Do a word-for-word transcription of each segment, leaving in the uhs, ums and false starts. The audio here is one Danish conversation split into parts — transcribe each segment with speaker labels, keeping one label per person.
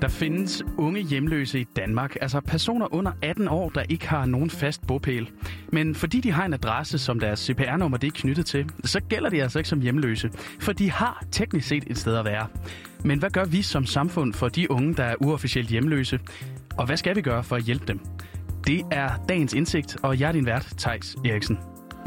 Speaker 1: Der findes unge hjemløse i Danmark, altså personer under atten år, der ikke har nogen fast bopæl. Men fordi de har en adresse, som deres C P R-nummer det er knyttet til, så gælder de altså ikke som hjemløse, for de har teknisk set et sted at være. Men hvad gør vi som samfund for de unge, der er uofficielt hjemløse? Og hvad skal vi gøre for at hjælpe dem? Det er dagens indsigt, og jeg er din vært, Theis Eriksen.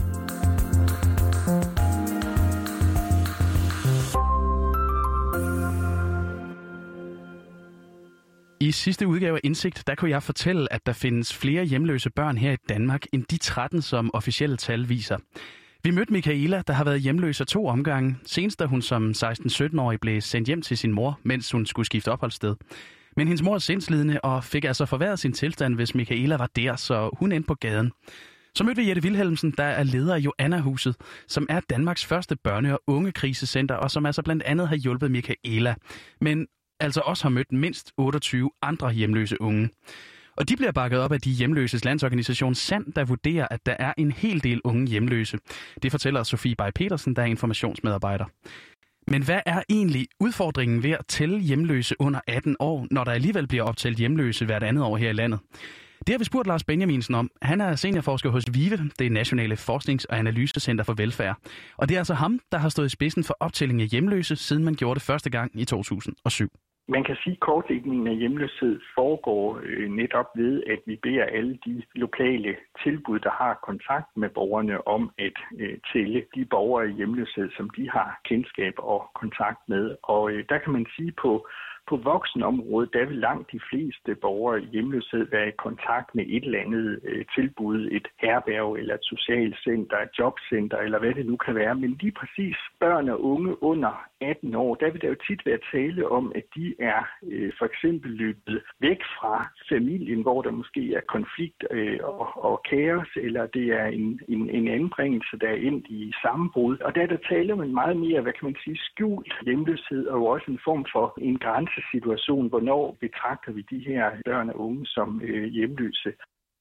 Speaker 1: I sidste udgave af Indsigt, der kunne jeg fortælle, at der findes flere hjemløse børn her i Danmark, end de tretten, som officielle tal viser. Vi mødte Michaela, der har været hjemløs af to omgange. Senest da hun som seksten-sytten-årig blev sendt hjem til sin mor, mens hun skulle skifte opholdssted. Men hendes mor er sindslidende og fik altså forværret sin tilstand, hvis Michaela var der, så hun endte på gaden. Så mødte vi Jette Wilhelmsen, der er leder af Joanna-huset, som er Danmarks første børne- og ungekrisecenter, og som altså blandt andet har hjulpet Michaela. Men altså også har mødt mindst otteogtyve andre hjemløse unge. Og de bliver bakket op af de hjemløses landsorganisation Sand, der vurderer, at der er en hel del unge hjemløse. Det fortæller Sofie Bay Petersen, der er informationsmedarbejder. Men hvad er egentlig udfordringen ved at tælle hjemløse under atten år, når der alligevel bliver optalt hjemløse hvert andet år her i landet? Det har vi spurgt Lars Benjaminsen om. Han er seniorforsker hos VIVE, det Nationale Forsknings- og Analysecenter for Velfærd. Og det er altså ham, der har stået i spidsen for optælling af hjemløse, siden man gjorde det første gang i to tusind og syv.
Speaker 2: Man kan sige, at kortlægningen af hjemløshed foregår øh, netop ved, at vi beder alle de lokale tilbud, der har kontakt med borgerne, om at øh, tælle de borgere i hjemløshed, som de har kendskab og kontakt med. Og øh, der kan man sige, på På voksenområdet, der vil langt de fleste borgere i hjemløshed være i kontakt med et eller andet øh, tilbud, et herberg eller et socialcenter, et jobcenter eller hvad det nu kan være. Men lige præcis børn og unge under atten år, der vil der jo tit være tale om, at de er øh, for eksempel løbet væk fra familien, hvor der måske er konflikt øh, og, og kaos, eller det er en, en, en anbringelse, der er endt i sammenbrud. Og der, der taler man meget mere, hvad kan man sige, skjult hjemløshed, og jo også en form for en grænsesituation, hvornår betragter vi de her børn og unge som øh, hjemløse.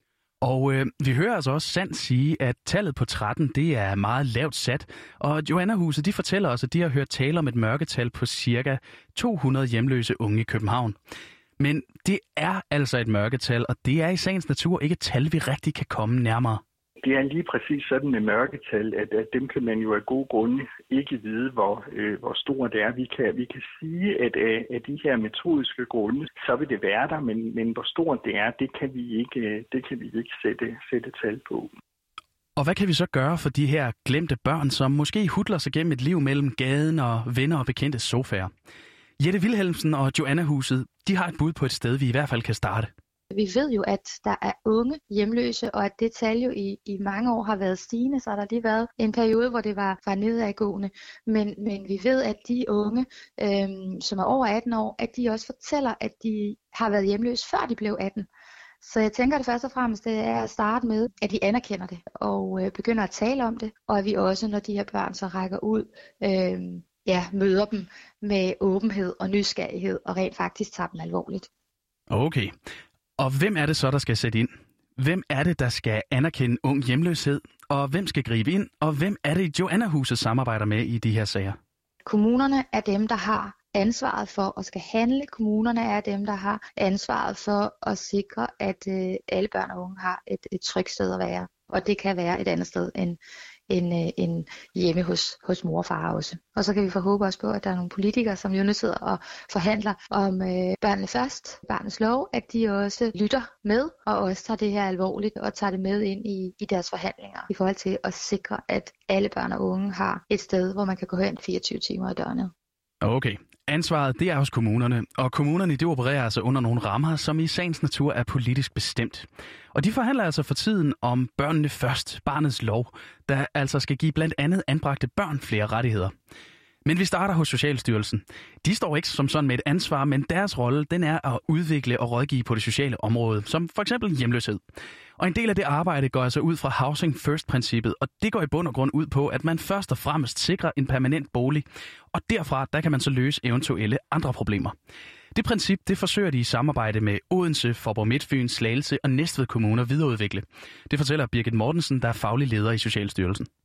Speaker 1: Og øh, vi hører altså også Sand sige, at tallet på tretten, det er meget lavt sat. Og Joanna-huset, de fortæller os, at de har hørt tale om et mørketal på cirka to hundrede hjemløse unge i København. Men det er altså et mørketal, og det er i sagens natur ikke et tal, vi rigtig kan komme nærmere.
Speaker 2: Det er lige præcis sådan med mørketal, at, at dem kan man jo af gode grunde ikke vide, hvor, øh, hvor stort det er. Vi kan, vi kan sige, at af, af de her metodiske grunde, så vil det være der, men, men hvor stort det er, det kan vi ikke, det kan vi ikke sætte, sætte tal på.
Speaker 1: Og hvad kan vi så gøre for de her glemte børn, som måske hutler sig gennem et liv mellem gaden og venner og bekendte sofaer? Jette Wilhelmsen og Joanna-huset, de har et bud på et sted, vi i hvert fald kan starte.
Speaker 3: Vi ved jo, at der er unge hjemløse, og at det tal jo i, i mange år har været stigende, så har der lige været en periode, hvor det var, var nedadgående. Men, men vi ved, at de unge, øhm, som er over atten år, at de også fortæller, at de har været hjemløse, før de blev atten. Så jeg tænker, at det først og fremmest det er at starte med, at de anerkender det og øh, begynder at tale om det, og at vi også, når de her børn så rækker ud, øh, ja, møder dem med åbenhed og nysgerrighed, og rent faktisk tager dem alvorligt.
Speaker 1: Okay. Og hvem er det så, der skal sætte ind? Hvem er det, der skal anerkende ung hjemløshed? Og hvem skal gribe ind? Og hvem er det, Joanna-huset samarbejder med i de her sager?
Speaker 3: Kommunerne er dem, der har ansvaret for at skal handle. Kommunerne er dem, der har ansvaret for at sikre, at øh, alle børn og unge har et, et trygt sted at være. Og det kan være et andet sted end, end, øh, end hjemme hos, hos mor og far også. Og så kan vi forhåbe også på, at der er nogle politikere, som jo nu sidder og forhandler om øh, børnene først, barnets lov, at de også lytter med og også tager det her alvorligt og tager det med ind i, i deres forhandlinger i forhold til at sikre, at alle børn og unge har et sted, hvor man kan gå hen fireogtyve timer i døgnet.
Speaker 1: Okay. Ansvaret det er hos kommunerne, og kommunerne de opererer altså under nogle rammer, som i sagens natur er politisk bestemt. Og de forhandler altså for tiden om børnene først, barnets lov, der altså skal give blandt andet anbragte børn flere rettigheder. Men vi starter hos Socialstyrelsen. De står ikke som sådan med et ansvar, men deres rolle den er at udvikle og rådgive på det sociale område, som for eksempel hjemløshed. Og en del af det arbejde går altså ud fra Housing First-princippet, og det går i bund og grund ud på, at man først og fremmest sikrer en permanent bolig, og derfra der kan man så løse eventuelle andre problemer. Det princip det forsøger de i samarbejde med Odense, Faaborg Midtfyn, Slagelse og Næstved kommuner videreudvikle. Det fortæller Birgit Mortensen, der er faglig leder i Socialstyrelsen.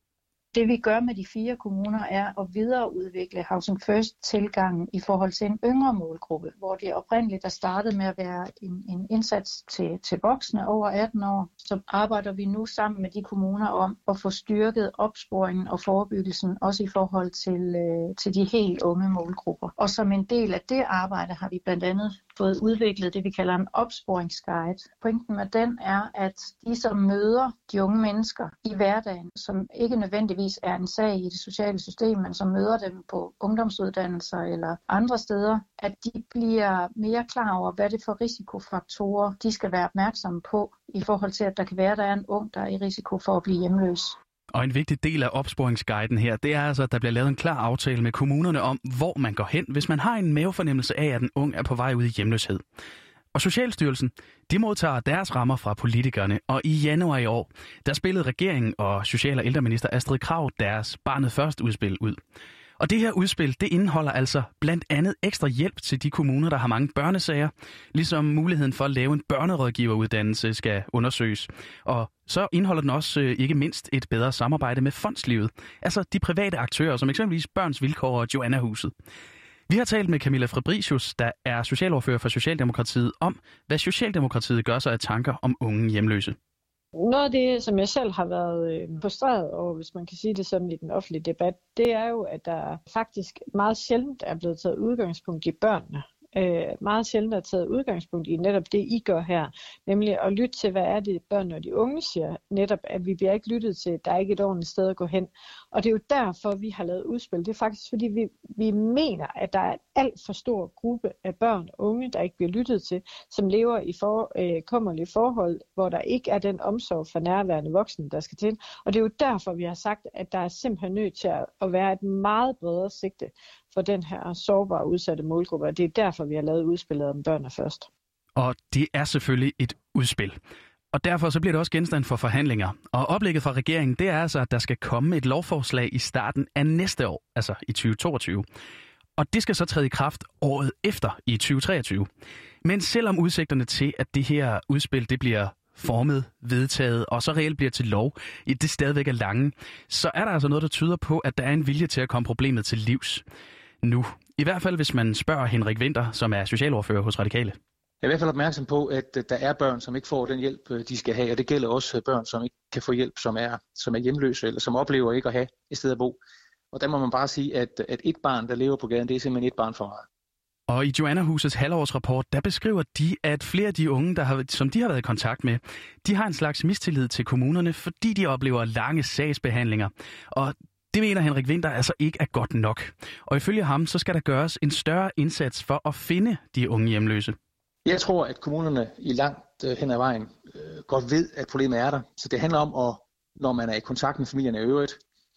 Speaker 4: Det vi gør med de fire kommuner er at videreudvikle Housing First-tilgangen i forhold til en yngre målgruppe, hvor det oprindeligt er startet med at være en, en indsats til, til voksne over atten år. Så arbejder vi nu sammen med de kommuner om at få styrket opsporingen og forebyggelsen, også i forhold til, øh, til de helt unge målgrupper. Og som en del af det arbejde har vi blandt andet fået udviklet det, vi kalder en opsporingsguide. Pointen med den er, at de, som møder de unge mennesker i hverdagen, som ikke nødvendigvis er en sag i det sociale system, men som møder dem på ungdomsuddannelser eller andre steder, at de bliver mere klar over, hvad det er for risikofaktorer, de skal være opmærksomme på, i forhold til, at der kan være, at der er en ung, der er i risiko for at blive hjemløs.
Speaker 1: Og en vigtig del af opsporingsguiden her, det er altså, at der bliver lavet en klar aftale med kommunerne om, hvor man går hen, hvis man har en mavefornemmelse af, at en ung er på vej ud i hjemløshed. Og Socialstyrelsen, de modtager deres rammer fra politikerne, og i januar i år, der spillede regeringen og social- og ældreminister Astrid Krag deres Barnet Først udspil ud. Og det her udspil, det indeholder altså blandt andet ekstra hjælp til de kommuner, der har mange børnesager, ligesom muligheden for at lave en børnerådgiveruddannelse skal undersøges. Og så indeholder den også øh, ikke mindst et bedre samarbejde med fondslivet, altså de private aktører, som eksempelvis Børns Vilkår og Joanna-huset. Vi har talt med Camilla Fabricius, der er socialordfører for Socialdemokratiet, om hvad Socialdemokratiet gør sig af tanker om unge hjemløse.
Speaker 5: Noget af det, som jeg selv har været frustreret over, hvis man kan sige det sådan i den offentlige debat, det er jo, at der faktisk meget sjældent er blevet taget udgangspunkt i børnene. Øh, meget sjældent er taget udgangspunkt i netop det, I gør her, nemlig at lytte til, hvad er det, børn og de unge siger, netop at vi bliver ikke lyttet til, der er ikke et ordentligt sted at gå hen. Og det er jo derfor, vi har lavet udspil. Det er faktisk, fordi vi, vi mener, at der er en alt for stor gruppe af børn og unge, der ikke bliver lyttet til, som lever i for, øh, kummerlige forhold, hvor der ikke er den omsorg for nærværende voksne, der skal til. Og det er jo derfor, vi har sagt, at der er simpelthen nødt til at være et meget bredere sigte for den her sårbare og udsatte målgruppe, og det er derfor, vi har lavet udspillet om Børnene Først.
Speaker 1: Og det er selvfølgelig et udspil. Og derfor så bliver det også genstand for forhandlinger. Og oplægget fra regeringen, det er altså, at der skal komme et lovforslag i starten af næste år, altså i tyve toogtyve. Og det skal så træde i kraft året efter i tyve treogtyve. Men selvom udsigterne til, at det her udspil det bliver formet, vedtaget og så reelt bliver til lov, i det stadigvæk er lange, så er der altså noget, der tyder på, at der er en vilje til at komme problemet til livs nu. I hvert fald, hvis man spørger Henrik Winther, som er socialordfører hos Radikale.
Speaker 6: Jeg er i hvert fald opmærksom på, at der er børn, som ikke får den hjælp, de skal have, og det gælder også børn, som ikke kan få hjælp, som er, som er hjemløse, eller som oplever ikke at have et sted at bo. Og der må man bare sige, at, at et barn, der lever på gaden, det er simpelthen et barn for meget.
Speaker 1: Og i Joanna-husets halvårsrapport, der beskriver de, at flere af de unge, der har, som de har været i kontakt med, de har en slags mistillid til kommunerne, fordi de oplever lange sagsbehandlinger. Og det mener Henrik Winther altså ikke er godt nok. Og ifølge ham, så skal der gøres en større indsats for at finde de unge hjemløse.
Speaker 6: Jeg tror, at kommunerne i langt hen ad vejen øh, godt ved, at problemet er der. Så det handler om, at, når man er i kontakt med familierne i øvrigt,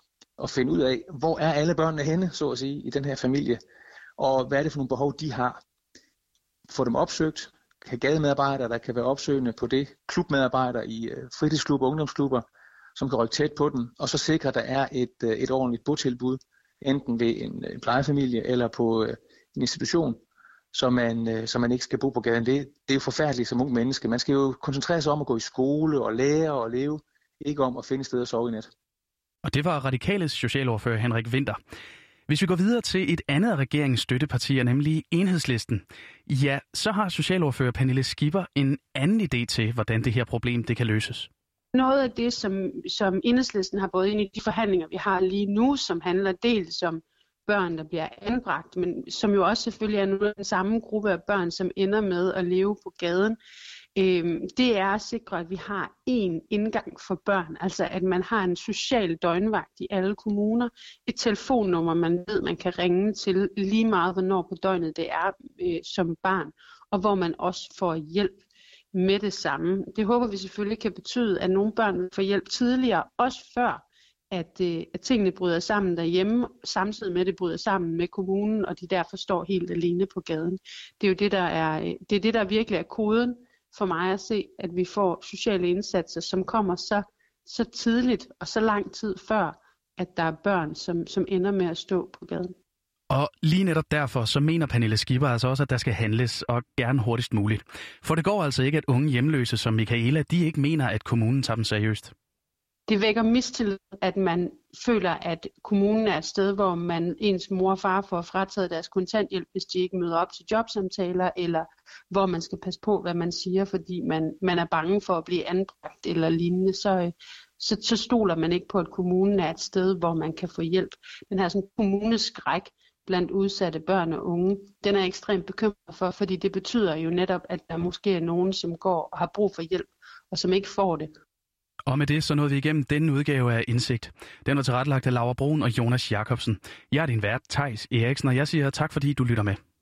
Speaker 6: at finde ud af, hvor er alle børnene henne, så at sige, i den her familie. Og hvad er det for nogle behov, de har? Få dem opsøgt. Kan gademedarbejdere, der kan være opsøgende på det. Klubmedarbejdere i øh, fritidsklubber og ungdomsklubber, som kan rykke tæt på den. Og så sikre, at der er et, øh, et ordentligt botilbud, enten ved en, en plejefamilie eller på øh, en institution, så man, øh, så man ikke skal bo på gaden. Det, det er jo forfærdeligt som ung menneske. Man skal jo koncentrere sig om at gå i skole og lære og leve, ikke om at finde sted at sove i nat.
Speaker 1: Og det var Radikales socialordfører Henrik Winther. Hvis vi går videre til et andet af regeringens støttepartier, nemlig Enhedslisten, ja, så har socialordfører Pernille Skipper en anden idé til, hvordan det her problem det kan løses.
Speaker 7: Noget af det, som, som Enhedslisten har båret ind i de forhandlinger, vi har lige nu, som handler dels om børn, der bliver anbragt, men som jo også selvfølgelig er nogle af den samme gruppe af børn, som ender med at leve på gaden, øh, det er at sikre, at vi har én indgang for børn, altså at man har en social døgnvagt i alle kommuner, et telefonnummer, man ved, man kan ringe til lige meget, hvornår på døgnet det er øh, som barn, og hvor man også får hjælp med det samme. Det håber vi selvfølgelig kan betyde, at nogle børn vil få hjælp tidligere, også før At, øh, at tingene bryder sammen derhjemme, samtidig med at det bryder sammen med kommunen, og de derfor står helt alene på gaden. Det er jo det, der er, det er det, der virkelig er koden for mig at se, at vi får sociale indsatser, som kommer så, så tidligt og så lang tid før, at der er børn, som, som ender med at stå på gaden.
Speaker 1: Og lige netop derfor, så mener Pernille Skipper altså også, at der skal handles, og gerne hurtigst muligt. For det går altså ikke, at unge hjemløse som Michaela, de ikke mener, at kommunen tager dem seriøst.
Speaker 7: det vækker mistillid, at man føler, at kommunen er et sted, hvor man ens mor og far får frataget deres kontanthjælp, hvis de ikke møder op til jobsamtaler, eller hvor man skal passe på, hvad man siger, fordi man, man er bange for at blive anbragt eller lignende, så, så, så stoler man ikke på, at kommunen er et sted, hvor man kan få hjælp. Den her sådan kommuneskræk blandt udsatte børn og unge, den er jeg ekstremt bekymret for, fordi det betyder jo netop, at der måske er nogen, som går og har brug for hjælp, og som ikke får det.
Speaker 1: Og med det så nåede vi igennem denne udgave af Indsigt. Den var tilrettelagt af Laura Brun og Jonas Jacobsen. Jeg er din vært, Theis Eriksen, og jeg siger tak, fordi du lytter med.